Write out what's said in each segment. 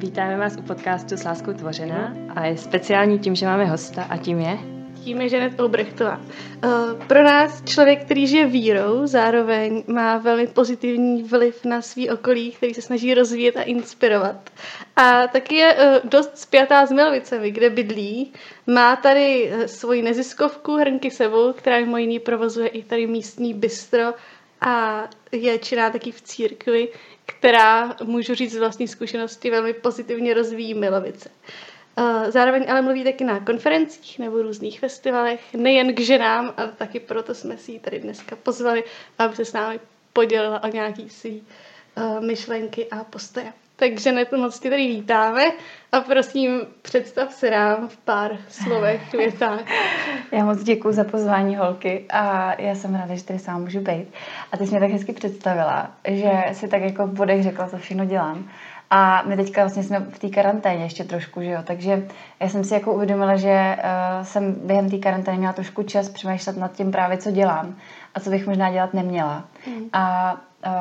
Vítáme vás u podcastu S láskou tvořená a je speciální tím, že máme hosta a tím je... Tím je Žanet Olbrechtová. Pro nás člověk, který žije vírou, zároveň má velmi pozitivní vliv na svý okolí, který se snaží rozvíjet a inspirovat. A taky je dost spjatá s Milovicemi, kde bydlí. Má tady svoji neziskovku Hrnky sebou, která mimo jiný provozuje i tady místní bistro a je činná taky v církvi, která, můžu říct z vlastní zkušenosti, velmi pozitivně rozvíjí Milovice. Zároveň ale mluví taky na konferencích nebo různých festivalech, nejen k ženám, ale taky proto jsme si ji tady dneska pozvali, aby se s námi podělila o nějaký svý myšlenky a postoje. Takže moc tě tady vítáme a prosím, představ se nám v pár slovech, větách. Já moc děkuju za pozvání, holky, a já jsem ráda, že tady sám můžu být. A ty jsi mě tak hezky představila, že si tak jako v bodech řekla, co všechno dělám. A my teďka vlastně jsme v té karanténě ještě trošku, že jo, takže já jsem si jako uvědomila, že jsem během té karantény měla trošku čas přemýšlet nad tím právě, co dělám a co bych možná dělat neměla. A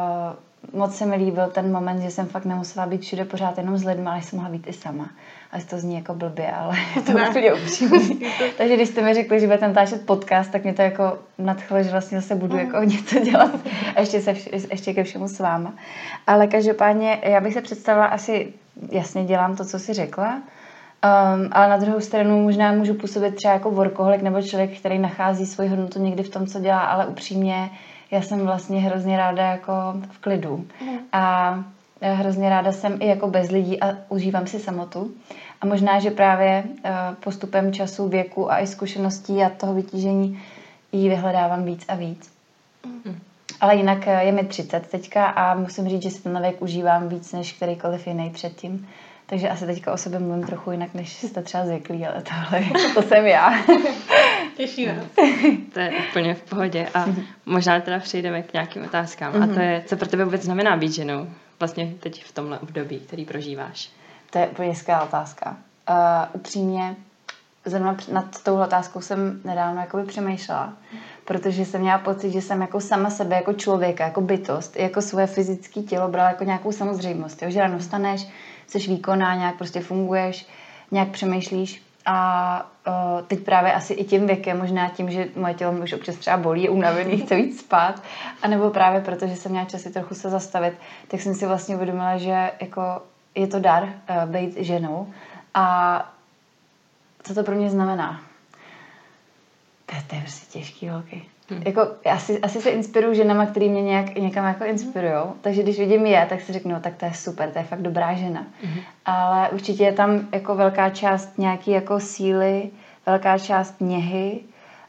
moc se mi líbil ten moment, že jsem fakt nemusela být všude pořád jenom s lidmi, ale jsem mohla být i sama. Až to zní jako blbě, ale je to úplně upřímný. Takže když jste mi řekli, že budete natáčet podcast, tak mě to jako nadchlo, že vlastně zase budu jako něco dělat a ještě ke všemu s váma. Ale každopádně já bych se představila, asi jasně dělám to, co jsi řekla, ale na druhou stranu možná můžu působit třeba jako workoholik nebo člověk, který nachází svoji hodnotu někdy v tom, co dělá, ale upřímně já jsem vlastně hrozně ráda jako v klidu. A hrozně ráda jsem i jako bez lidí a užívám si samotu. A možná, že právě postupem času, věku a i zkušeností a toho vytížení ji vyhledávám víc a víc. Ale jinak je mi 30 teďka a musím říct, že si ten věk užívám víc než kterýkoliv jiný předtím. Takže asi teďka o sobě mluvím trochu jinak, než jste třeba zvyklí, ale tohle, to jsem já. Těší nás. To je úplně v pohodě a možná teda přejdeme k nějakým otázkám. A to je, co pro tebe vůbec znamená být ženou? Vlastně teď v tomhle období, který prožíváš. To je úplně hezká otázka. Upřímně, zrovna nad touhle otázkou jsem nedávno jakoby přemýšlela, protože jsem měla pocit, že jsem jako sama sebe, jako člověka, jako bytost, jako svoje fyzické tělo brala jako nějakou samozřejmost. Jo? Že ráno vstaneš, jsi výkonná, nějak prostě funguješ, nějak přemýšlíš a teď právě asi i tím věkem, možná tím, že moje tělo už občas třeba bolí, je unavený, chce víc spát, anebo právě proto, že jsem měla časy trochu se zastavit, tak jsem si vlastně uvědomila, že jako je to dar být ženou. A co to pro mě znamená? To je prostě těžký, holky. Jako, asi se inspiruju ženama, který mě někam jako inspirujou. Takže když vidím je, tak si řeknu, no, tak to je super, to je fakt dobrá žena. Ale určitě je tam jako velká část nějaký jako síly, velká část něhy.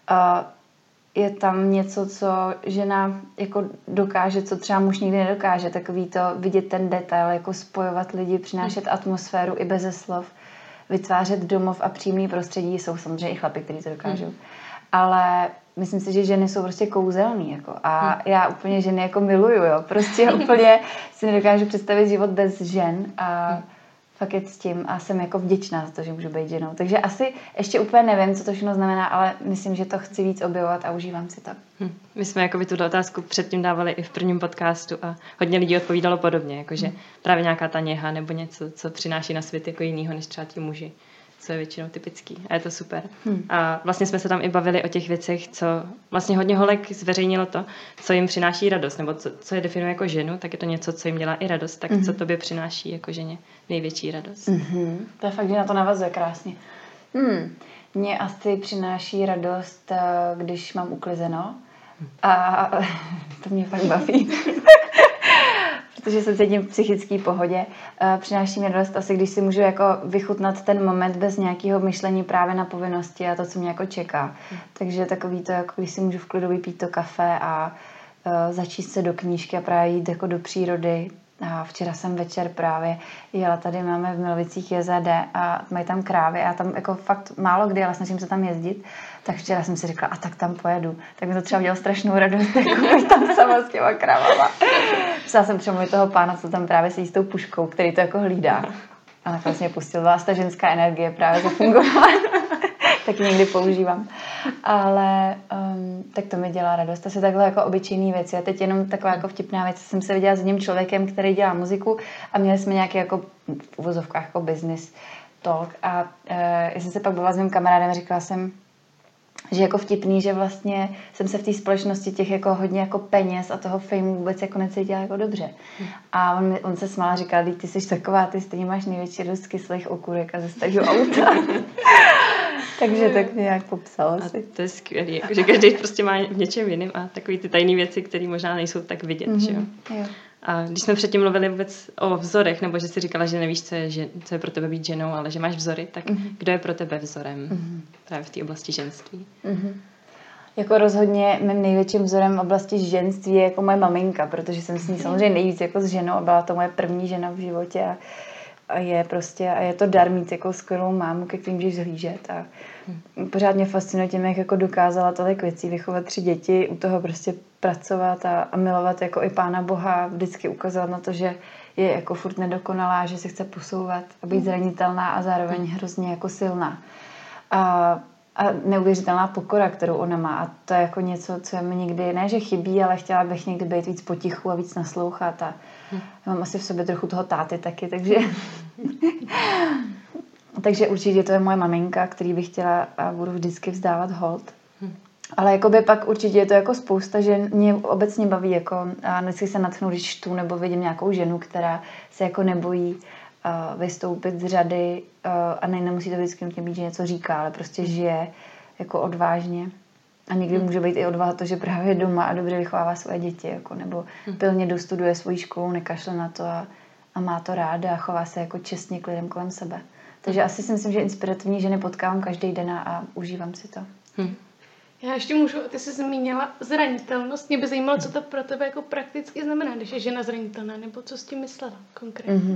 Je tam něco, co žena jako dokáže, co třeba muž nikdy nedokáže. Takový to vidět ten detail, jako spojovat lidi, přinášet atmosféru i beze slov, vytvářet domov a příjemný prostředí. Jsou samozřejmě i chlapi, kteří to dokážou. Ale myslím si, že ženy jsou prostě kouzelný. Jako. A já úplně ženy jako miluju. Jo. Prostě úplně si nedokážu představit život bez žen. A fakt je s tím a jsem jako vděčná za to, že můžu být ženou. Takže asi ještě úplně nevím, co to všechno znamená, ale myslím, že to chci víc objevovat a užívám si to. My jsme jakoby tuto otázku předtím dávali i v prvním podcastu a hodně lidí odpovídalo podobně, jakože právě nějaká ta něha nebo něco, co přináší na svět jako jinýho než třeba ti muži, co je většinou typický. A je to super. A vlastně jsme se tam i bavili o těch věcech, co vlastně hodně holek zveřejnilo to, co jim přináší radost, nebo co je definuje jako ženu, tak je to něco, co jim dělá i radost, tak co tobě přináší jako ženě největší radost. To je fakt, že na to navazuje krásně. Mně asi přináší radost, když mám uklizeno a to mě fakt baví. Protože se cítím v psychické pohodě. Přináší mi radost asi, když si můžu jako vychutnat ten moment bez nějakého myšlení právě na povinnosti a to, co mě jako čeká. Takže takový to, jako když si můžu v klidu vypít to kafe a začíst se do knížky a právě jít jako do přírody. A včera jsem večer právě jela, tady máme v Milovicích JZD a mají tam krávy a tam jako fakt málo kdy, ale snažím se tam jezdit, tak včera jsem si řekla, a tak tam pojedu. Tak mi to třeba udělalo strašnou radost, jako být tam sama s těma krávama. Musela jsem přemluvit toho pána, co tam právě sedí s tou puškou, který to jako hlídá. A nakonec mě pustil, ta ženská energie právě zafungovala. taky někdy používám. Ale tak to mi dělá radost. Asi takhle jako obyčejný věci. A teď jenom taková jako vtipná věc. Jsem se viděla s jedním člověkem, který dělá muziku a měli jsme nějaký jako v uvozovkách jako business talk. A já jsem se pak bavila s mým kamarádem a říkala jsem, že jako vtipný, že vlastně jsem se v té společnosti těch jako hodně jako peněz a toho fejmu vůbec jako necítila jako dobře. A on se smál a říkal, ty jsi taková, ty stejně máš největší radost z kyslých okurek a ze starého auta. Takže tak nějak popsal asi. To je skvělý, že každý prostě má v něčem jiným a takový ty tajné věci, které možná nejsou tak vidět, že jo? Jo. A když jsme předtím mluvili vůbec o vzorech, nebo že jsi říkala, že nevíš, co je pro tebe být ženou, ale že máš vzory, tak kdo je pro tebe vzorem právě v té oblasti ženství? Jako rozhodně mým největším vzorem v oblasti ženství je jako moje maminka, protože jsem s ní samozřejmě nejvíc jako s ženou a byla to moje první žena v životě a je to dar mít jako skvělou mámu, ke kterým můžeš zhlížet a pořád mě fascinuje tím, jak jako dokázala tolik věcí, vychovat 3 děti, u toho prostě pracovat a milovat jako i Pána Boha, vždycky ukazovat na to, že je jako furt nedokonalá, že se chce posouvat a být zranitelná a zároveň hrozně jako silná. A neuvěřitelná pokora, kterou ona má. A to je jako něco, co mi nikdy, ne že chybí, ale chtěla bych někdy být víc potichu a víc naslouchat. A já mám asi v sobě trochu toho táty taky, takže určitě to je moje maminka, který bych chtěla a budu vždycky vzdávat hold. Ale jakoby pak určitě je to jako spousta žen, mě obecně baví jako a vždycky se natchnu, když čtu nebo vidím nějakou ženu, která se jako nebojí vystoupit z řady a nemusí to vždycky nutně být, že něco říká, ale prostě žije jako odvážně. A někdy může být i odvaha to, že právě doma a dobře vychovává svoje děti, jako, nebo pilně dostuduje svoji školu, nekašle na to a má to ráda a chová se jako čestně k lidem kolem sebe. Takže asi si myslím, že inspirativní ženy potkávám každý den a užívám si to. Já ještě můžu, ty jsi zmínila zranitelnost. Mě by zajímalo, co to pro tebe jako prakticky znamená, když je žena zranitelná, nebo co s tím myslela konkrétně.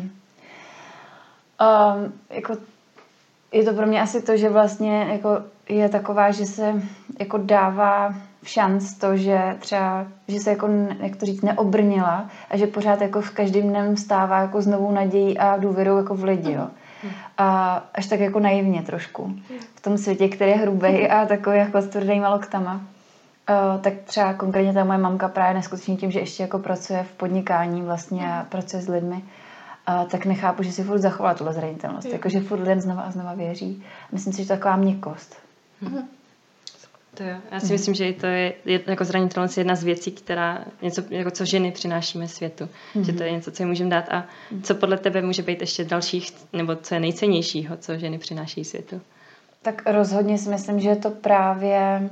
Jako, je to pro mě asi to, že vlastně jako je taková, že se jako dává šanc to, že třeba, že se jako, jak to říct, neobrnila a že pořád jako v každým dnem stává jako s novou nadějí a důvěrou jako v lidi, jo. A až tak jako naivně trošku. V tom světě, který je hrubý a takový jako s tvrdýma loktama. Tak třeba konkrétně ta moje mamka právě neskutečně tím, že ještě jako pracuje v podnikání vlastně a pracuje s lidmi, tak nechápu, že si furt zachovala tuhle zranitelnost. Jakože furt lidem znova a znova věří. Myslím si, že to je taková měkkost. To jo. Já si myslím, že to je jako zranitelnost je jedna z věcí, která něco, jako co ženy přinášíme světu. Že to je něco, co jim můžeme dát. A co podle tebe může být ještě dalších, nebo co je nejcennějšího, co ženy přináší světu? Tak rozhodně si myslím, že je to právě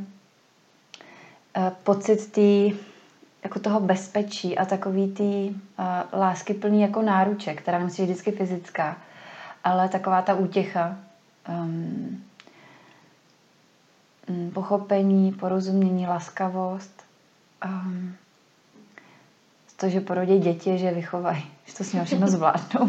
pocit jako toho bezpečí a takový láskyplný jako náruče, která nemusí být vždycky fyzická, ale taková ta útěcha, pochopení, porozumění, laskavost, to, že porodí děti, že vychovají, že to s ním všechno zvládnou.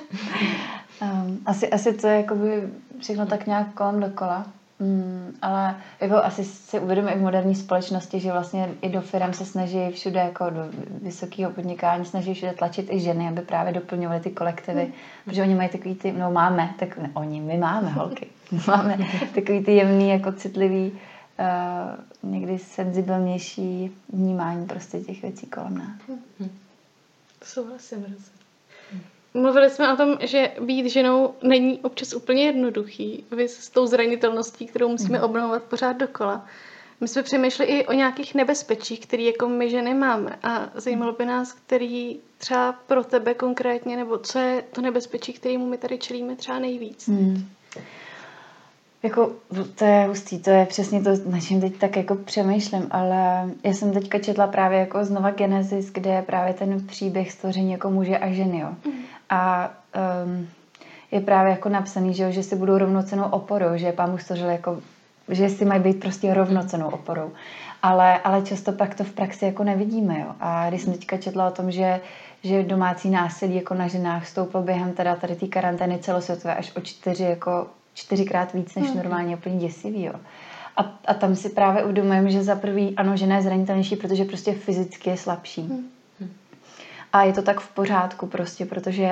Asi to je jakoby všechno tak nějak kolem dokola. Ale jako asi si uvědomím i v moderní společnosti, že vlastně i do firem se snaží všude, jako do vysokého podnikání, snaží všude tlačit i ženy, aby právě doplňovaly ty kolektivy, protože oni mají takový ty, my máme holky, máme takový ty jemný, jako citlivý, někdy senzibilnější vnímání prostě těch věcí kolem nás. Souhlasím, rozhodně. Mluvili jsme o tom, že být ženou není občas úplně jednoduchý, s tou zranitelností, kterou musíme obnovovat pořád dokola. My jsme přemýšleli i o nějakých nebezpečích, které jako my ženy máme a zajímalo by nás, který třeba pro tebe konkrétně, nebo co je to nebezpečí, kterému my tady čelíme třeba nejvíc. Jako, to je hustý, to je přesně to, na čem teď tak jako přemýšlím, ale já jsem teďka četla právě jako znova Genesis, kde je právě ten příběh stvoření jako muže a ženy, jo. A je právě jako napsaný, že si budou rovnocennou oporou, že Pán Bůh stvořil jako, že si mají být prostě rovnocennou oporou. Ale často pak to v praxi jako nevidíme, jo. A když jsem teďka četla o tom, že domácí násilí jako na ženách stouplo během tady té karantény celosvětové až o 4krát víc než normálně, úplně děsivý, jo. A tam si právě uvědomujeme, že za prvý, ano, žena je zranitelnější, protože prostě fyzicky je slabší. A je to tak v pořádku prostě, protože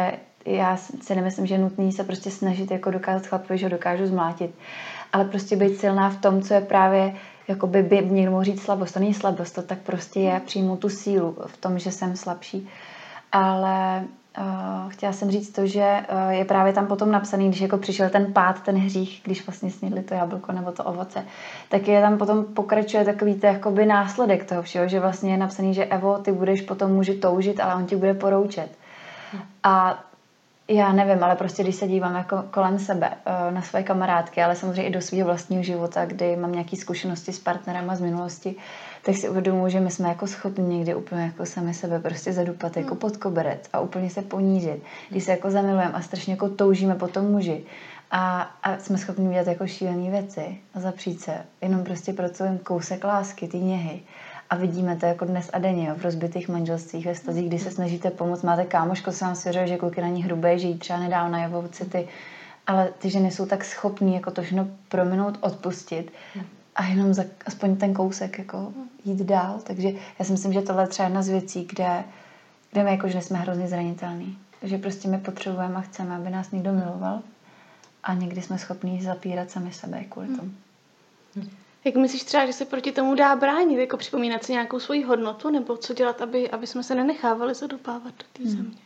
já si nemyslím, že je nutný se prostě snažit jako dokázat chlapovi, že ho dokážu zmlátit, ale prostě být silná v tom, co je právě, jakoby by někdo mohl říct slabost. To není slabost, to tak prostě je, přijmu tu sílu v tom, že jsem slabší. Ale chtěla jsem říct to, že je právě tam potom napsaný, když jako přišel ten pád, ten hřích, když vlastně snědli to jablko nebo to ovoce, tak je tam potom pokračuje takový to jakoby následek toho všeho, že vlastně je napsaný, že Evo, ty budeš potom muži toužit, ale on ti bude poroučet. A já nevím, ale prostě když se dívám jako kolem sebe na své kamarádky, ale samozřejmě i do svého vlastního života, kdy mám nějaké zkušenosti s partnerama z minulosti, tak si uvědomuji, že my jsme jako schopni někdy úplně jako sami sebe prostě zadupat jako pod koberec a úplně se ponížit. Když se jako zamilujeme a strašně jako toužíme po tom muži a jsme schopni udělat jako šílené věci a zapřít se jenom prostě pro ten kousek lásky, ty něhy. A vidíme to jako dnes a denně, jo, v rozbitých manželstvích, ve stazích, kdy se snažíte pomoct, máte kámošku, se vám svěřuje, že kluky na ní hrubé, že jí třeba nedá najevo city, ale ty ženy jsou tak schopný jako to všechno prominout, odpustit a jenom aspoň ten kousek jako jít dál. Takže já si myslím, že tohle je třeba jedna z věcí, kde my jako ženy jsme hrozně zranitelný. Že prostě my potřebujeme a chceme, aby nás někdo miloval a někdy jsme schopní zapírat sami sebe kvůli tomu. Jak myslíš třeba, že se proti tomu dá bránit? Jako připomínat si nějakou svoji hodnotu? Nebo co dělat, aby jsme se nenechávali zadupávat do té země?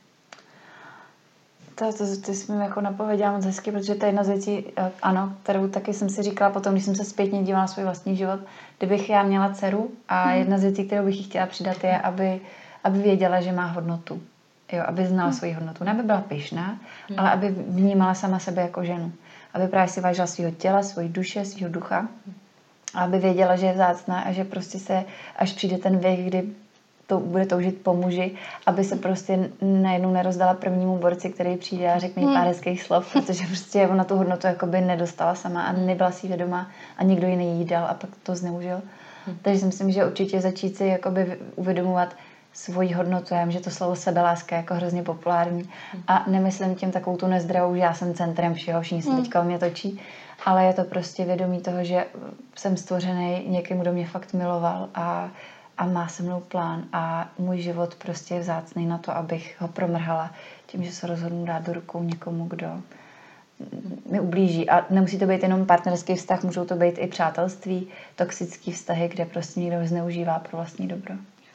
Ty jsi mi jako napověděla moc hezky, protože to je jedna z věcí, ano, kterou taky jsem si říkala potom, když jsem se zpětně dívala na svůj vlastní život. Kdybych já měla dceru a jedna z věcí, kterou bych jí chtěla přidat, je, aby věděla, že má hodnotu. Jo, aby znala svoji hodnotu. Ne aby byla pyšná, ale aby vnímala sama sebe jako ženu. Aby právě si vážila svého těla, svojí duše, svého ducha. A aby věděla, že je vzácná a že prostě až přijde ten věk, kdy to bude toužit po muži, aby se prostě najednou nerozdala prvnímu borci, který přijde a řekne jí pár hezkých slov, protože prostě ona tu hodnotu jakoby nedostala sama a nebyla si vědomá a někdo jiný jí dal a pak to zneužil. Takže si myslím, že určitě začít si jakoby uvědomovat svoji hodnotu. Já vím, že to slovo sebeláska je jako hrozně populární a nemyslím tím takovou tu nezdravou, že já jsem centrem všeho, všichni se teďka o mě točí, ale je to prostě vědomí toho, že jsem stvořený někým, kdo mě fakt miloval a má se mnou plán a můj život prostě je vzácný na to, abych ho promrhala tím, že se rozhodnu dát do rukou někomu, kdo mi ublíží. A nemusí to být jenom partnerský vztah, můžou to být i přátelství, toxický vztahy, kde prostě někdo zneužívá pro vlastní dobro.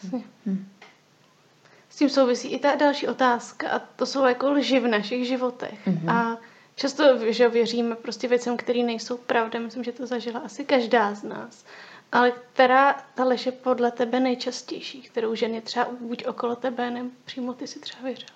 S tím souvisí i ta další otázka a to jsou jako lži v našich životech. A často, že věříme prostě věcem, které nejsou pravda. Myslím, že to zažila asi každá z nás. Ale která ta lež je podle tebe nejčastější, kterou ženy třeba buď okolo tebe, nebo přímo ty si třeba věřila?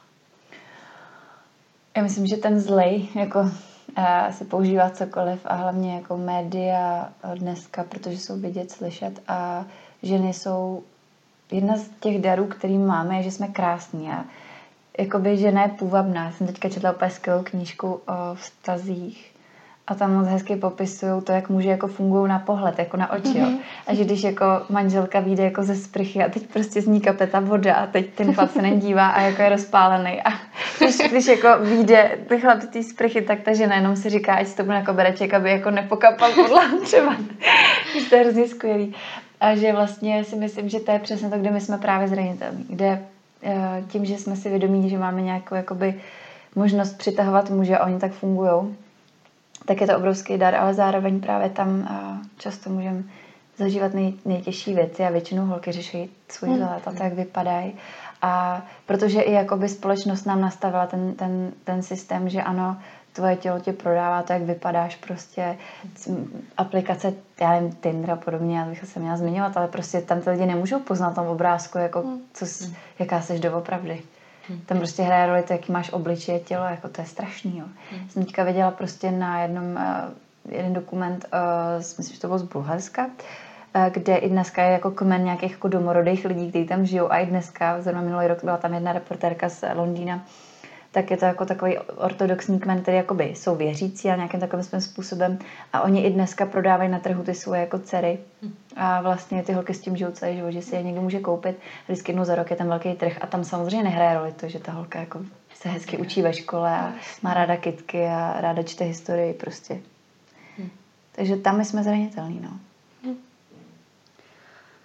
Já myslím, že ten zlej jako si používá cokoliv a hlavně jako média dneska, protože jsou vidět, slyšet a ženy jsou jedna z těch darů, který máme, je, že jsme krásní a jakoby žena je půvabná. Já jsem teďka četla úplně skvělou knížku o vztazích a tam moc hezky popisují to, jak muži jako fungují na pohled, jako na oči. Jo. A že když jako manželka vyjde jako ze sprchy a teď prostě z ní kape ta voda a teď ten chlap se nedívá a jako je rozpálený. A když jako vyjde ten chlap z té sprchy, tak ta žena jenom si říká, ať si to bude na kobereček, aby jako nepokapal podlahu třeba. To je hrozně skvělý. A že vlastně si myslím, že to je přesně to, kde my jsme právě zranitelní. Kde tím, že jsme si vědomí, že máme nějakou jakoby možnost přitahovat muže a oni tak fungujou, tak je to obrovský dar, ale zároveň právě tam často můžeme zažívat nejtěžší věci a většinou holky řeší svůj vzhled a to, jak vypadají. A protože i jakoby společnost nám nastavila ten systém, že ano, tvoje tělo tě prodává to, jak vypadáš, prostě aplikace, já nevím, Tinder a podobně, já bych se měla zmiňovat, ale prostě tam ty lidi nemůžou poznat tom obrázku, jako jaká seš doopravdy. Tam prostě hraje roli to, jaký máš obličeje, tělo, jako to je strašný. Jo. Jsem teďka viděla prostě na jeden dokument, myslím, že to bylo z Bulharska, kde i dneska je jako kmen nějakých jako domorodých lidí, kteří tam žijou a i dneska, zrovna minulý rok byla tam jedna reportérka z Londýna, tak je to jako takový ortodoxní kmen, který jakoby jsou věřící a nějakým takovým svým způsobem a oni i dneska prodávají na trhu ty svoje jako dcery a vlastně ty holky s tím žijou celý život, že si je někdo může koupit. Vždycky jednou za rok je tam velký trh a tam samozřejmě nehraje roli to, že ta holka jako se hezky učí ve škole a má ráda kytky a ráda čte historii prostě. Takže tam my jsme zranitelní, no.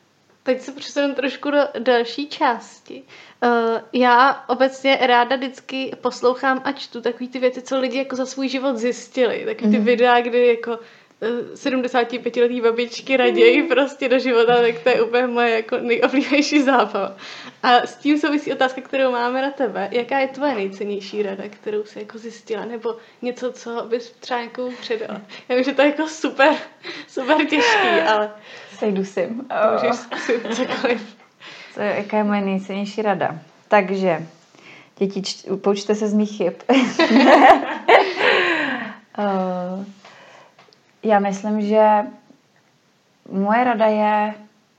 Teď se přesunu trošku do další části. Já obecně ráda vždycky poslouchám a čtu takový ty věci, co lidi jako za svůj život zjistili. Takový ty videa, kdy jako 75letý babičky raději prostě do života, tak to je úplně moje jako nejoblíbenější zábava. A s tím souvisí otázka, kterou máme na tebe. Jaká je tvoje nejcennější rada, kterou jsi jako zjistila, nebo něco, co bys třeba někomu předala? Já vím, že to je jako super těžký, ale Sejdu sim. můžeš zkusit cokoliv. Jaká je moje nejcennější rada? Takže, děti, poučte se z mých chyb. Já myslím, že moje rada je,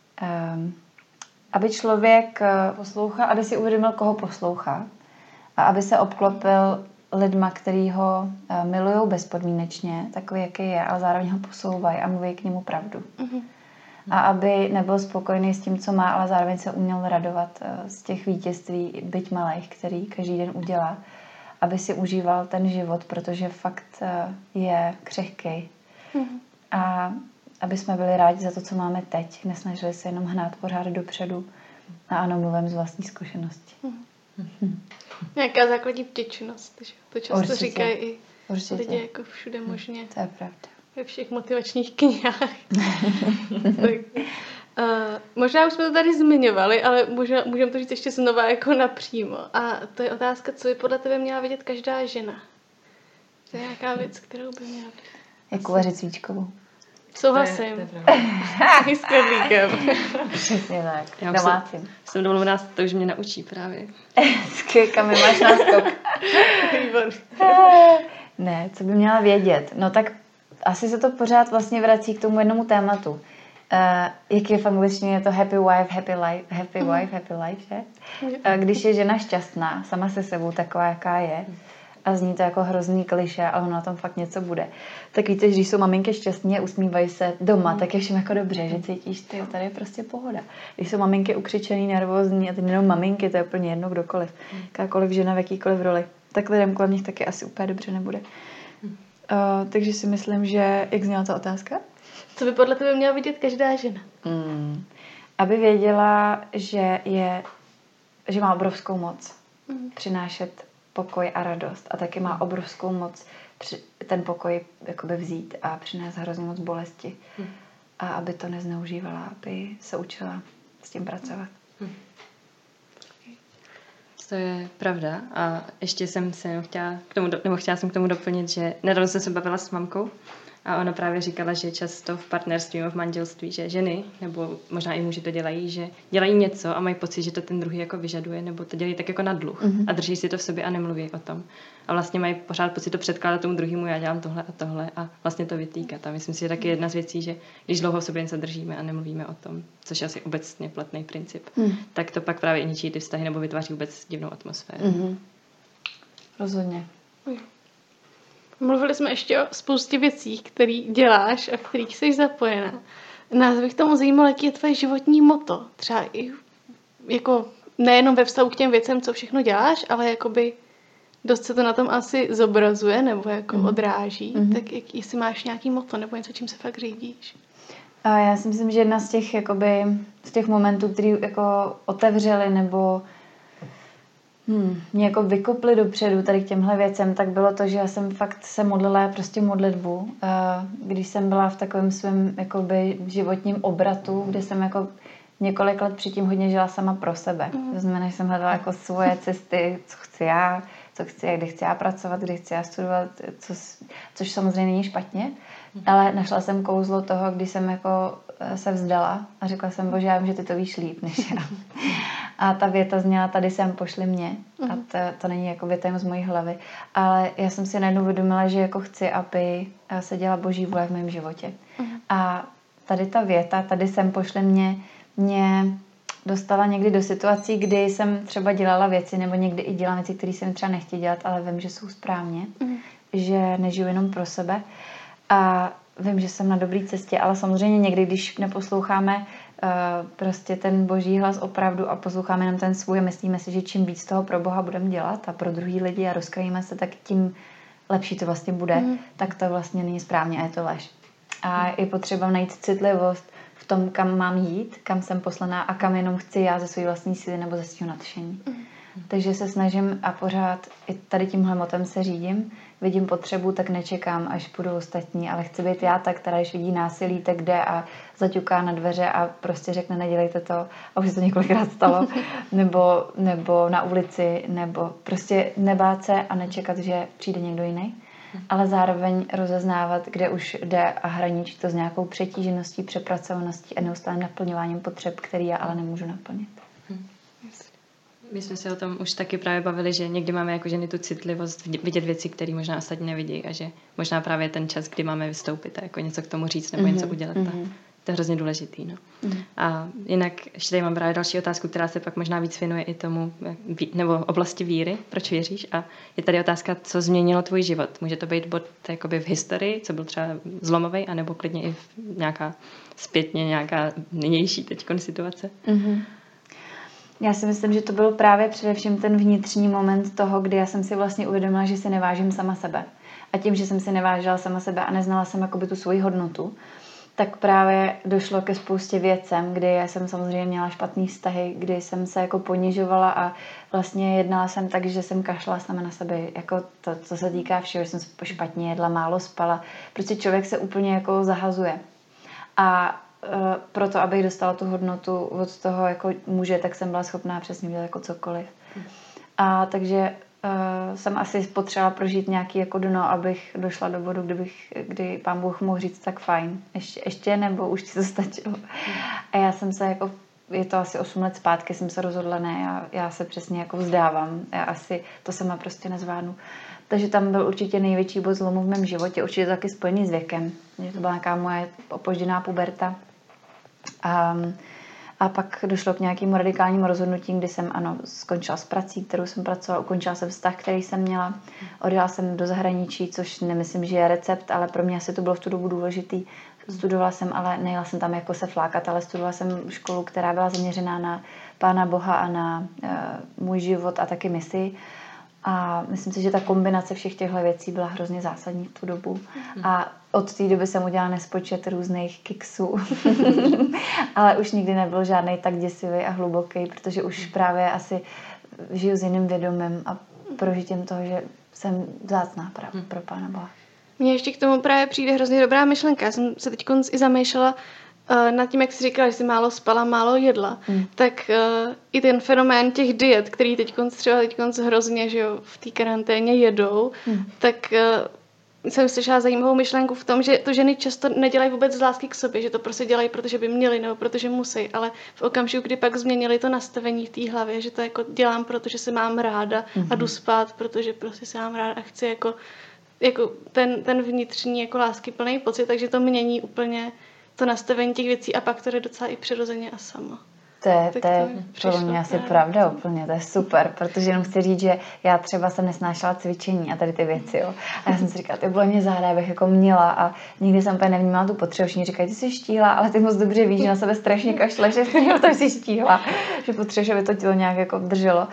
aby člověk poslouchal, aby si uvědomil, koho poslouchá a aby se obklopil lidma, který ho milujou bezpodmínečně, takový, jaký je, ale zároveň ho posouvají a mluví k němu pravdu. A aby nebyl spokojený s tím, co má, ale zároveň se uměl radovat z těch vítězství, byť malých, který každý den udělá. Aby si užíval ten život, protože fakt je křehký. A aby jsme byli rádi za to, co máme teď. Nesnažili se jenom hnát pořád dopředu. A ano, mluvím z vlastní zkušenosti. Nějaká základní vděčnost. Že? To často Určitě. říkají i Určitě. lidi jako všude možně. To je pravda. Ve všech motivačních knihách. Možná už jsme to tady zmiňovali, ale můžeme to říct ještě znova jako napřímo. A to je otázka, co by podle tebe měla vědět každá žena. To je nějaká věc, kterou by měla vědět. Jak uvařit svíčkovou. Souhlasím. To je pravda. S kedlíkem. Přesně tak. Já už Domácím. jsem domluvená, to už mě naučí právě. Kam mi máš náskok? Výborný. Ne, co by měla vědět? No tak asi se to pořád vlastně vrací k tomu jednomu tématu. Jak je v angličtině, je to happy wife, happy life, že? Když je žena šťastná, sama se sebou taková, jaká je, a zní to jako hrozný klišé, ale ono na tom fakt něco bude. Tak víte, že když jsou maminky šťastné a usmívají se doma, tak je všem jako dobře, že cítíš, ty, tady je prostě pohoda. Když jsou maminky ukřičený, nervózní, a teď jenom maminky, to je úplně jedno kdokoliv, jakákoliv žena v jakýkoliv roli, tak lidem kolem nich taky asi úplně dobře nebude. Takže si myslím, že, jak zněla ta otázka? Co by podle tebe měla vidět každá žena? Aby věděla, že má obrovskou moc přinášet pokoj a radost. A taky má obrovskou moc ten pokoj jakoby vzít a přinést hrozně moc bolesti. A aby to nezneužívala, aby se učila s tím pracovat. To je pravda. A ještě jsem se chtěla jsem k tomu doplnit, že nedávno jsem se bavila s mamkou a ona právě říkala, že často v partnerství nebo v manželství, že ženy, nebo možná i muži to dělají, že dělají něco a mají pocit, že to ten druhý jako vyžaduje, nebo to dělají tak jako na dluh a drží si to v sobě a nemluví o tom. A vlastně mají pořád pocit to předkládat tomu druhému, já dělám tohle a vlastně to vytýkat. A myslím si, že taky jedna z věcí, že když dlouho v sobě něco držíme a nemluvíme o tom, což je asi obecně platný princip, tak to pak právě ničí ty vztahy nebo vytváří vůbec divnou atmosféru. Rozhodně. Mluvili jsme ještě o spoustě věcí, které děláš a v kterých jsi zapojená. Nás bych tomu zajímalo, jaký je tvoje životní motto. Třeba i jako nejenom ve vztahu k těm věcem, co všechno děláš, ale jakoby dost se to na tom asi zobrazuje nebo jako odráží. Tak jestli máš nějaký motto nebo něco, čím se fakt řídíš? Já si myslím, že jedna z těch momentů, který jako otevřeli nebo mě jako vykopli dopředu tady k těmhle věcem, tak bylo to, že já jsem fakt se modlila prostě modlitbu. Když jsem byla v takovém svém jakoby životním obratu, kde jsem jako několik let předtím hodně žila sama pro sebe. To znamená, že jsem hledala jako svoje cesty, co chci já, kde chci já pracovat, kde chci já studovat, což samozřejmě není špatně, ale našla jsem kouzlo toho, když jsem jako se vzdala a řekla jsem, Bože, já vím, že ty to víš líp než já. A ta věta zněla, tady jsem, pošli mě. A to není jako věta z mojí hlavy. Ale já jsem si najednou uvědomila, že jako chci, aby se děla Boží vůle v mém životě. A tady ta věta, tady jsem, pošli mě dostala někdy do situací, kdy jsem třeba dělala věci, nebo někdy i dělám věci, které jsem třeba nechtěla dělat, ale vím, že jsou správně, že nežiju jenom pro sebe. A vím, že jsem na dobré cestě, ale samozřejmě někdy, když neposloucháme prostě ten Boží hlas opravdu a posloucháme jenom ten svůj a myslíme si, že čím víc toho pro Boha budeme dělat a pro druhý lidi a rozkrajíme se, tak tím lepší to vlastně bude, tak to vlastně není správně a je to lež. A je potřeba najít citlivost v tom, kam mám jít, kam jsem poslaná a kam jenom chci já ze své vlastní síly nebo ze svého nadšení. Takže se snažím a pořád i tady tímhle motem se řídím. Vidím potřebu, tak nečekám, až budou ostatní, ale chci být já ta, která když vidí násilí, tak jde a zaťuká na dveře a prostě řekne, nedělejte to. A už se to několikrát stalo. nebo na ulici, nebo prostě nebát se a nečekat, že přijde někdo jiný. Ale zároveň rozeznávat, kde už jde a hraničí to s nějakou přetížeností, přepracovaností a neustálým naplňováním potřeb, který já ale nemůžu naplnit. My jsme se o tom už taky právě bavili, že někdy máme jako ženy tu citlivost vidět věci, které možná ostatní nevidí a že možná právě ten čas, kdy máme vystoupit a jako něco k tomu říct nebo něco udělat. To je hrozně důležitý. No. A jinak ještě tady mám právě další otázku, která se pak možná víc věnuje i tomu, nebo oblasti víry, proč věříš. A je tady otázka, co změnilo tvůj život. Může to být bod jakoby v historii, co byl třeba zlomový, anebo klidně i nějaká zpětně nějaká nynější teďkon situace. Já si myslím, že to byl právě především ten vnitřní moment toho, kdy já jsem si vlastně uvědomila, že si nevážím sama sebe. A tím, že jsem si nevážila sama sebe a neznala jsem jakoby tu svoji hodnotu, tak právě došlo ke spoustě věcem, kdy já jsem samozřejmě měla špatný vztahy, kdy jsem se jako ponižovala a vlastně jednala jsem tak, že jsem kašla sama na sebe. Jako to, co se týká všeho, že jsem špatně jedla, málo spala. Prostě člověk se úplně jako zahazuje. A proto, abych dostala tu hodnotu od toho jako muže, tak jsem byla schopná přesně dělat jako cokoliv. A takže jsem asi potřebovala prožít nějaký jako dno, abych došla do bodu, kdy pán Bůh mohl říct tak fajn. Ještě nebo už ti to stačilo. A já jsem se jako, je to asi 8 let zpátky, jsem se rozhodla, ne, já se přesně jako vzdávám. Já asi to sama prostě nezvládnu. Takže tam byl určitě největší bod zlomu v mém životě, určitě taky spojený s věkem. Že to byla nějaká moje opožděná puberta. A pak došlo k nějakému radikálnímu rozhodnutí, kdy jsem skončila s prací, kterou jsem pracovala, ukončila jsem vztah, který jsem měla, odjela jsem do zahraničí, což nemyslím, že je recept, ale pro mě asi to bylo v tu dobu důležitý. Studovala jsem, ale nejela jsem tam jako se flákat, ale studovala jsem školu, která byla zaměřená na Pána Boha a na můj život a taky misi. A myslím si, že ta kombinace všech těchto věcí byla hrozně zásadní v tu dobu. A od té doby jsem udělala nespočet různých kiksů. Ale už nikdy nebyl žádnej tak děsivý a hluboký, protože už právě asi žiju s jiným vědomím a prožitím toho, že jsem vzácná pro Pána Boha. Mně ještě k tomu právě přijde hrozně dobrá myšlenka. Já jsem se teď i zamýšlela nad tím, jak jsi říkala, že jsi málo spala, málo jedla, tak i ten fenomén těch diet, který třeba hrozně, že jo, v té karanténě jedou, tak jsem slyšela zajímavou myšlenku v tom, že to ženy často nedělají vůbec z lásky k sobě, že to prostě dělají, protože by měly nebo protože musí, ale v okamžiku, kdy pak změnili to nastavení v té hlavě, že to jako dělám, protože se mám ráda a jdu spát, protože prostě se mám ráda a chci jako ten vnitřní jako láskyplný pocit, takže to mění úplně to nastavení těch věcí a pak to jde docela i přirozeně a samo. To je pro mě asi pravda úplně, to je super, protože jenom chci říct, že já třeba jsem nesnášela cvičení a tady ty věci, jo. A já jsem si říkala, ty bylo mě záda, abych jako měla a nikdy jsem úplně nevnímala tu potřebu. Všichni říkají, ty jsi štíhla, ale ty moc dobře víš, že na sebe strašně kašleš, že jsi štíhla, že potřebuješ, aby to tělo nějak jako drželo.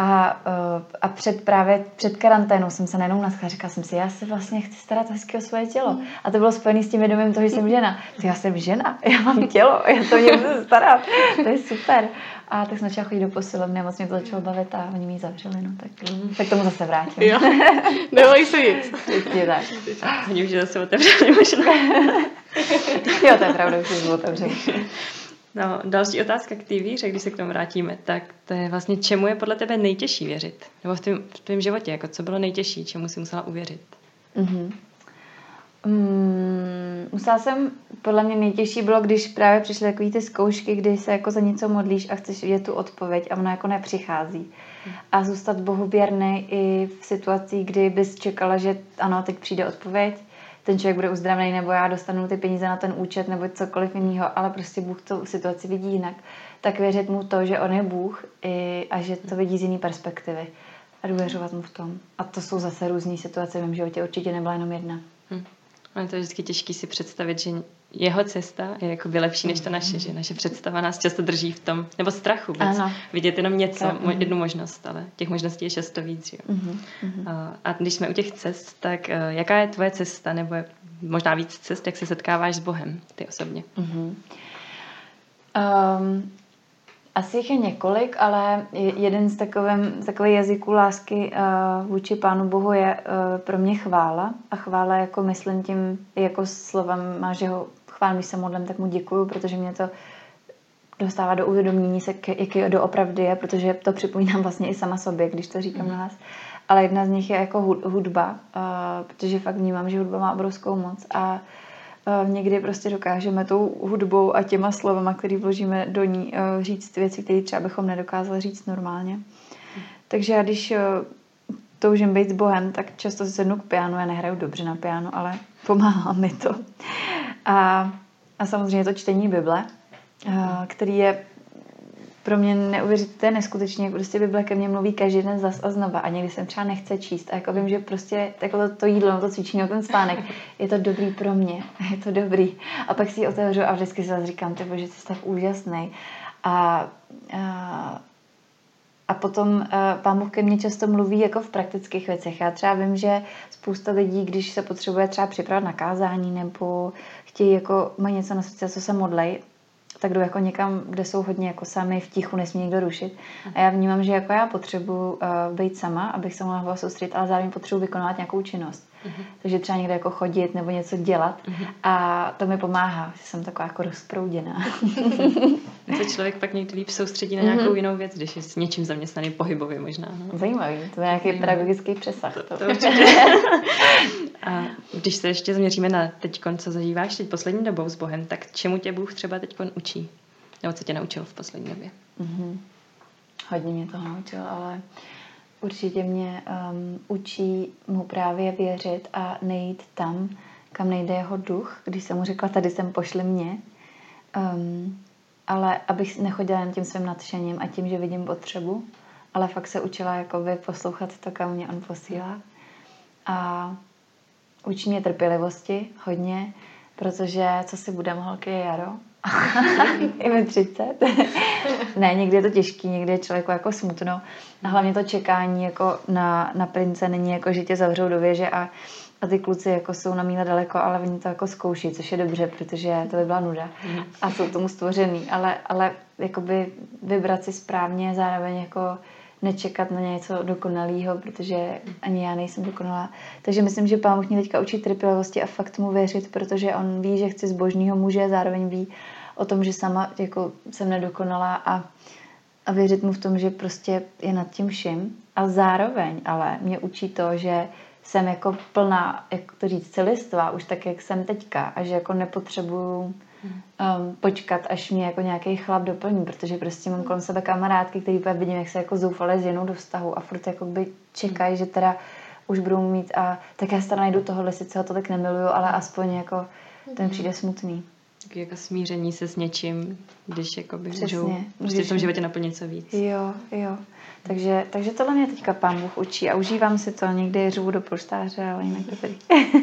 A před karanténou jsem se najednou nadchla, říkala jsem si, já se vlastně chci starat hezky o svoje tělo. A to bylo spojené s tím vědomím toho, že jsem žena. Já jsem žena, já mám tělo, já to mě musím starat. To je super. A tak jsem začala chodit do posilovny a moc mě to začalo bavit a oni mi ji zavřeli, no tak tomu zase vrátím. Jo, neboj se nic. Vždycky tak. Oni už zase otevřeli možná. Jo, to je pravda, už jsou otevřeli. No, další otázka k té víře, když se k tomu vrátíme, tak to je vlastně, čemu je podle tebe nejtěžší věřit? Nebo v tvém životě, jako co bylo nejtěžší, čemu jsi musela uvěřit? Musela jsem, podle mě nejtěžší bylo, když právě přišly takový ty zkoušky, kdy se jako za něco modlíš a chceš vidět tu odpověď a ona jako nepřichází. A zůstat Bohu věrný i v situacích, kdy bys čekala, že ano, teď přijde odpověď, ten člověk bude uzdravený, nebo já dostanu ty peníze na ten účet, nebo cokoliv jiného, ale prostě Bůh tu situaci vidí jinak. Tak věřit mu to, že on je Bůh a že to vidí z jiné perspektivy. A důvěřovat mu v tom. A to jsou zase různé situace v mém životě, určitě nebyla jenom jedna. Ale to je vždycky těžké si představit, že jeho cesta je jako lepší než ta naše, že naše představa nás často drží v tom, nebo strachu vůbec. Vidět jenom něco, jednu možnost, ale těch možností je často víc. Jo. A když jsme u těch cest, tak jaká je tvoje cesta, nebo možná víc cest, jak se setkáváš s Bohem, ty osobně? Asi jich je několik, ale jeden z takových jazyků lásky vůči Pánu Bohu je pro mě chvála. A chvála jako myslím tím, jako slovem, že ho chválím, když se modlím, tak mu děkuju, protože mě to dostává do uvědomění se, jaký doopravdy je, protože to připomínám vlastně i sama sobě, když to říkám nahlas. Ale jedna z nich je jako hudba, protože fakt vnímám, že hudba má obrovskou moc a někdy prostě dokážeme tou hudbou a těma slovama, které vložíme do ní, říct věci, které třeba bychom nedokázali říct normálně. Takže já když toužím být s Bohem, tak často si sednu k pianu, já nehraju dobře na piano, ale pomáhá mi to. A samozřejmě to čtení Bible, který je pro mě neuvěřitelné, neskutečně, prostě Bible ke mně mluví každý den zas a znova a někdy jsem třeba nechce číst a jako vím, že prostě jako to jídlo, to cvičení, ten spánek, je to dobrý pro mě, je to dobrý. A pak si ji otevřu a vždycky si zase říkám, ty bože, jsi tak úžasný. A potom Pán Bůh ke mně často mluví jako v praktických věcech. Já třeba vím, že spousta lidí, když se potřebuje třeba připravit na kázání nebo chtějí jako mají něco na srdci, co se modlej, tak jdu jako někam, kde jsou hodně jako sami v tichu, nesmí nikdo rušit. A já vnímám, že jako já potřebuji být sama, abych se mohla soustředit, ale zároveň potřebuji vykonávat nějakou činnost. Takže třeba někde jako chodit nebo něco dělat a to mi pomáhá, že jsem taková jako rozprouděná. To člověk pak někdy líp soustředí na nějakou jinou věc, když je s něčím zaměstnaný pohybově možná. No. Zajímavý, to je nějaký pedagogický přesah. To určitě. A když se ještě zaměříme na teďkon, co zažíváš teď poslední dobou s Bohem, tak čemu tě Bůh třeba teďkon učí? Nebo co tě naučil v poslední době? Hodně mě toho naučil, ale určitě mě učí mu právě věřit a nejít tam, kam nejde jeho duch. Když jsem mu řekla, tady jsem, pošli mě. Ale abych nechodila jen tím svým nadšením a tím, že vidím potřebu, ale fakt se učila jakoby poslouchat to, kam mě on posílá. A učí mě trpělivosti hodně, protože co si budem, holky, je jaro. Je mi 30. Ne, někdy je to těžký, někdy je člověku jako smutno. A hlavně to čekání jako na prince není jako, že tě zavřou do věže a ty kluci jako jsou na míle daleko, ale oni to jako zkouší, což je dobře, protože to by byla nuda. A jsou tomu stvořený. Ale jakoby vybrat si správně, zároveň jako nečekat na něco dokonalého, protože ani já nejsem dokonalá. Takže myslím, že Pán Bůh mě teďka učí trpělivosti a fakt mu věřit, protože on ví, že chci zbožného muže, zároveň ví o tom, že sama jako jsem nedokonalá a věřit mu v tom, že prostě je nad tím vším. A zároveň ale mě učí to, že jsem jako plná, jak to říct, celistva, už tak, jak jsem teďka a že jako nepotřebuju počkat, až mě jako nějaký chlap doplní, protože prostě mám kolem sebe kamarádky, který úplně vidím, jak se jako zoufale zženou do vztahu a furt jako by čekají, že teda už budou mít a tak já se teda najdu tohohle, sice ho tolik nemiluju, ale aspoň jako ten přijde smutný. Tak jako smíření se s něčím, když jakoby můžou prostě v tom životě naplnit něco víc. Jo. Takže tohle mě teďka Pán Bůh učí a užívám si to, někdy řvu do polštáře, ale jinak dobrý.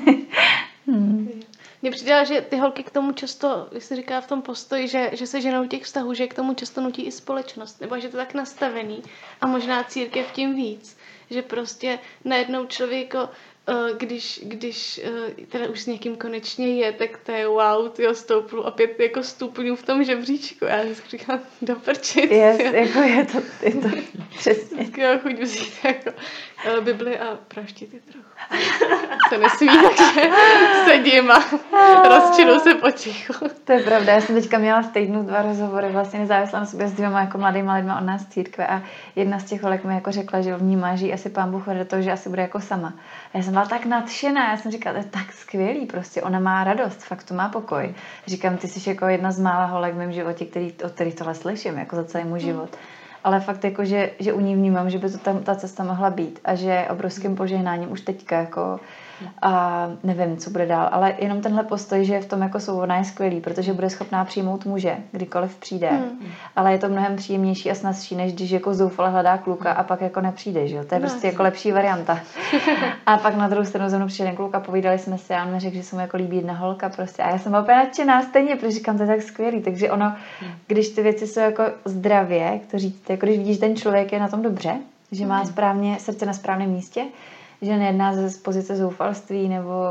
Mně přijde, že ty holky k tomu často, jak se říká v tom postoji, že se ženou těch vztahů, že k tomu často nutí i společnost, nebo že to tak nastavený a možná církev tím víc, že prostě najednou člověko, když teda už s někým konečně je, tak to je wow, tyjo, stoupnu o 5 jako stupňů v tom žebříčku. Já vždycky říkám, do prčic. Jako je to přesně. Já chuť vzít jako Bibli a praštit je trochu. Se nesmí, takže sedím a rozčinu se potichu. To je pravda, já jsem teďka měla v týdnu 2 rozhovory vlastně nezávisle na sobě s 2 jako mladýma lidma od nás z církve a jedna z těch holek mi jako řekla, že vnímá, že asi Pán Bůh vede to, že asi bude jako sama. A já jsem byla tak nadšená, já jsem říkala, to je tak skvělý, prostě ona má radost, fakt to má pokoj. Říkám, ty jsi jako jedna z mála holek v mém životě, od kterých tohle slyším, jako za celý můj život. Ale fakt jako, že u ní vnímám, že by to tam ta cesta mohla být a že obrovským požehnáním už teďka jako a nevím, co bude dál, ale jenom tenhle postoj, že v tom jako svobodná je skvělý, protože bude schopná přijmout muže, kdykoliv přijde. Ale je to mnohem příjemnější a snazší, než když jako zoufale hledá kluka a pak jako nepřijde, že jo? To je prostě jako lepší varianta. A pak na druhou stranu ze mnou přišel ten kluk a povídali jsme si a on mi řekl, že se mu jako líbí jedna holka prostě. A já jsem úplně nadšená stejně, protože říkám, to je tak skvělý. Takže ono, když ty věci jsou jako zdravě, jak to říct, jako když vidíš, ten člověk je na tom dobře, že má správně srdce na správném místě, že nejedná z pozice zoufalství nebo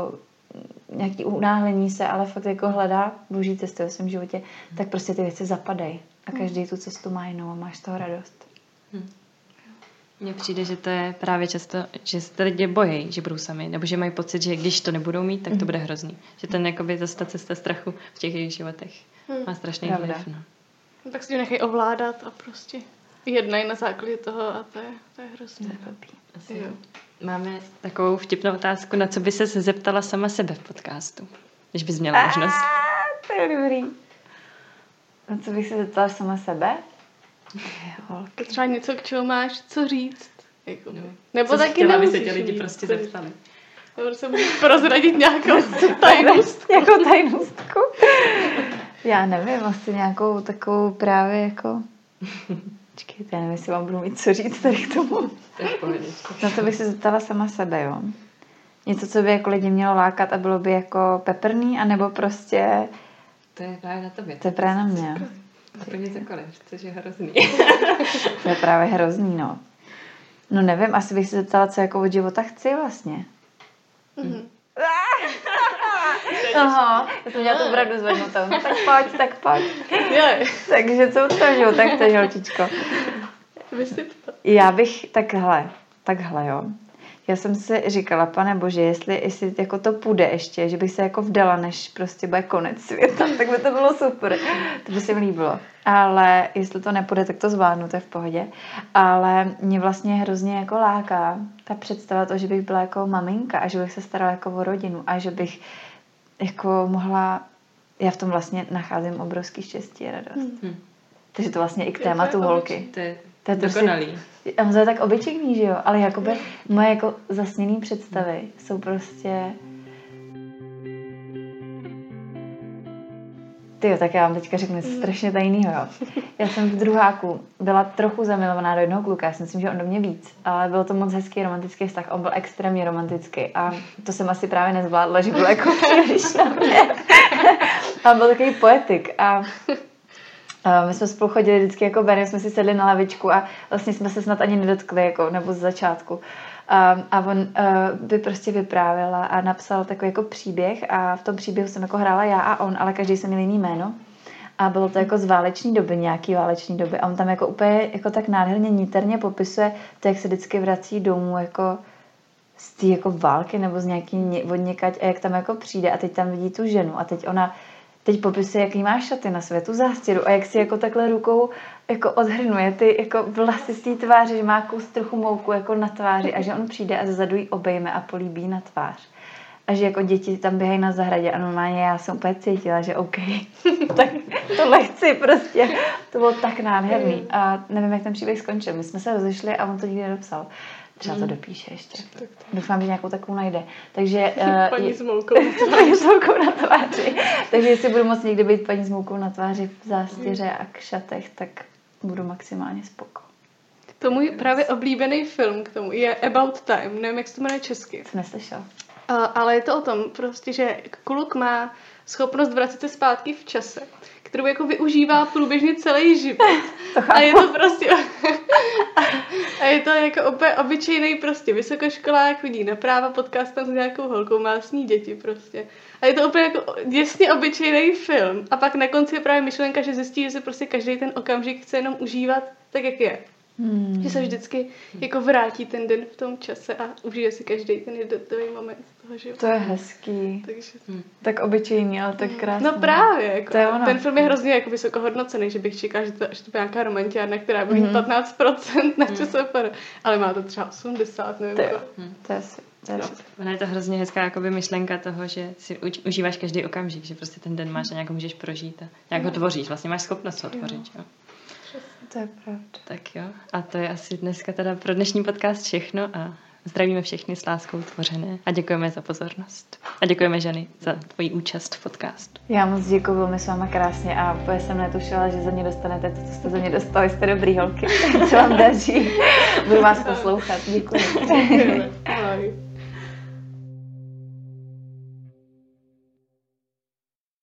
nějaký unáhlení se, ale fakt jako hledá boží cesty ve svém životě, tak prostě ty věci zapadají. A každý tu cestu má jinou a máš z toho radost. Mně přijde, že to je právě často, že se lidi bojí, že budou sami, nebo že mají pocit, že když to nebudou mít, tak to bude hrozný. Že ten jakoby zase ta cesta strachu v těch jejich životech má strašný vliv. No. Tak si nechají ovládat a prostě jednají na základě toho a to je hrozně. Máme takovou vtipnou otázku, na co by ses zeptala sama sebe v podcastu, když bys měla možnost. To je dobrý. Na co bych se zeptala sama sebe? To třeba něco, k čemu máš co říct. Jako. No. Nebo co taky chtěla, aby se nemusíš tě lidi říct. prostě zeptali. Nebo se můžeš prozradit nějakou tajnost. Nějakou tajnostku? Já nevím, asi nějakou takovou právě jako... Počkejte, já nevím, jestli vám budu mít co říct tady k tomu. Na to bych se zeptala sama sebe, jo. Něco, co by jako lidi mělo lákat a bylo by jako peprný, anebo prostě... To je právě na tobě. To je právě na mě. Úplně cokoliv, což je hrozný. To je právě hrozný, no. No nevím, asi bych se zeptala, co jako od života chci vlastně. Aha, já jsem měla tu pravdu zvednutou. No tak pojď. Takže co to život, tak to je, holčičko. Já bych takhle, jo. Já jsem si říkala, Pane Bože, jestli jako to půjde ještě, že bych se jako vdala, než prostě bude konec světa, tak by to bylo super. To by se mi líbilo. Ale jestli to nepůjde, tak to zvládnu, to je v pohodě. Ale mě vlastně hrozně jako láká ta představa toho, že bych byla jako maminka a že bych se starala jako o rodinu a že bych jako mohla... Já v tom vlastně nacházím obrovský štěstí a radost. Takže to vlastně i k tématu holky. To je dokonalý. A to je tak obyčejný, že jo? Ale jakoby moje jako zasněný představy jsou prostě... Tyjo, tak já vám teďka řeknu něco strašně tajnýho, jo. Já jsem v druháku byla trochu zamilovaná do jednoho kluka, já si myslím, že on do mě víc, ale bylo to moc hezký romantický vztah, on byl extrémně romantický a to jsem asi právě nezvládla, že byl jako příliš na mě. A byl takový poetik a my jsme spolu chodili vždycky jako Benny, jsme si sedli na lavičku a vlastně jsme se snad ani nedotkli, jako, nebo z začátku. A on by prostě vyprávěla a napsal takový jako příběh a v tom příběhu jsem jako hrála já a on, ale každý jsem měl jiný jméno. A bylo to jako z váleční doby, nějaký váleční doby. A on tam jako úplně jako tak nádherně, niterně popisuje to, jak se vždycky vrací domů jako z té jako války nebo z nějaký odněkať a jak tam jako přijde a teď tam vidí tu ženu a teď popisuje, jaký má šaty na světu zástěru a jak si jako takhle rukou jako odhrnuje ty jako vlasy z té tváře, že má kus trochu mouku jako na tváři a že on přijde a zezadu jí obejme a políbí na tvář. A že jako děti tam běhají na zahradě a normálně já jsem úplně cítila, že OK, tak tohle chci prostě. To bylo tak nádherný. A nevím, jak ten příběh skončil. My jsme se rozešli a on to nikdy nedopsal. Třeba to dopíše ještě. Doufám, že nějakou takovou najde. Takže, paní s moukou na tváři. Takže jestli budu moct někdy být paní s moukou na tváři v zástěře a k šatech, tak budu maximálně spoko. To můj právě oblíbený film k tomu je About Time. Nevím, jak se to jmenuje česky. Jsem neslyšel. Ale je to o tom prostě, že kluk má schopnost vracet se zpátky v čase, kterou jako využívá průběžně celý život. A je to prostě a je to jako úplně obyčejný prostě vysokoškolák, vidí na práva, podcast tam s nějakou holkou, má s ní děti prostě. A je to úplně jako děsně obyčejný film. A pak na konci je právě myšlenka, že zjistí, že se prostě každý ten okamžik chce jenom užívat tak, jak je. Že se vždycky jako vrátí ten den v tom čase a užije si každý ten jednotlivý moment toho života. To je hezký. Takže... Tak obyčejný, ale tak krásný. No právě, jako, to je ono. Ten film je hrozně jako vysoko hodnocený, že bych čekala, že to bude nějaká romantiárna, která bude mít 15% na ČSFR, ale má to třeba 80, nevím. To je Ona je to hrozně hezká jakoby myšlenka toho, že si užíváš každý okamžik, že prostě ten den máš a nějak ho můžeš prožít a nějak ho tvoříš, vlastně máš schopnost ho tvořit. Jo. To je pravda. Tak jo, a to je asi dneska teda pro dnešní podcast všechno a zdravíme všechny s láskou tvořené a děkujeme za pozornost. A děkujeme, Ženy, za tvoji účast v podcastu. Já moc děkuji, bylo mi s váma krásně a úplně jsem netušila, že za mě dostanete to, co jste za mě dostali. Jste dobrý holky, co vám daří. Budu vás poslouchat. Děkuji. Ahoj.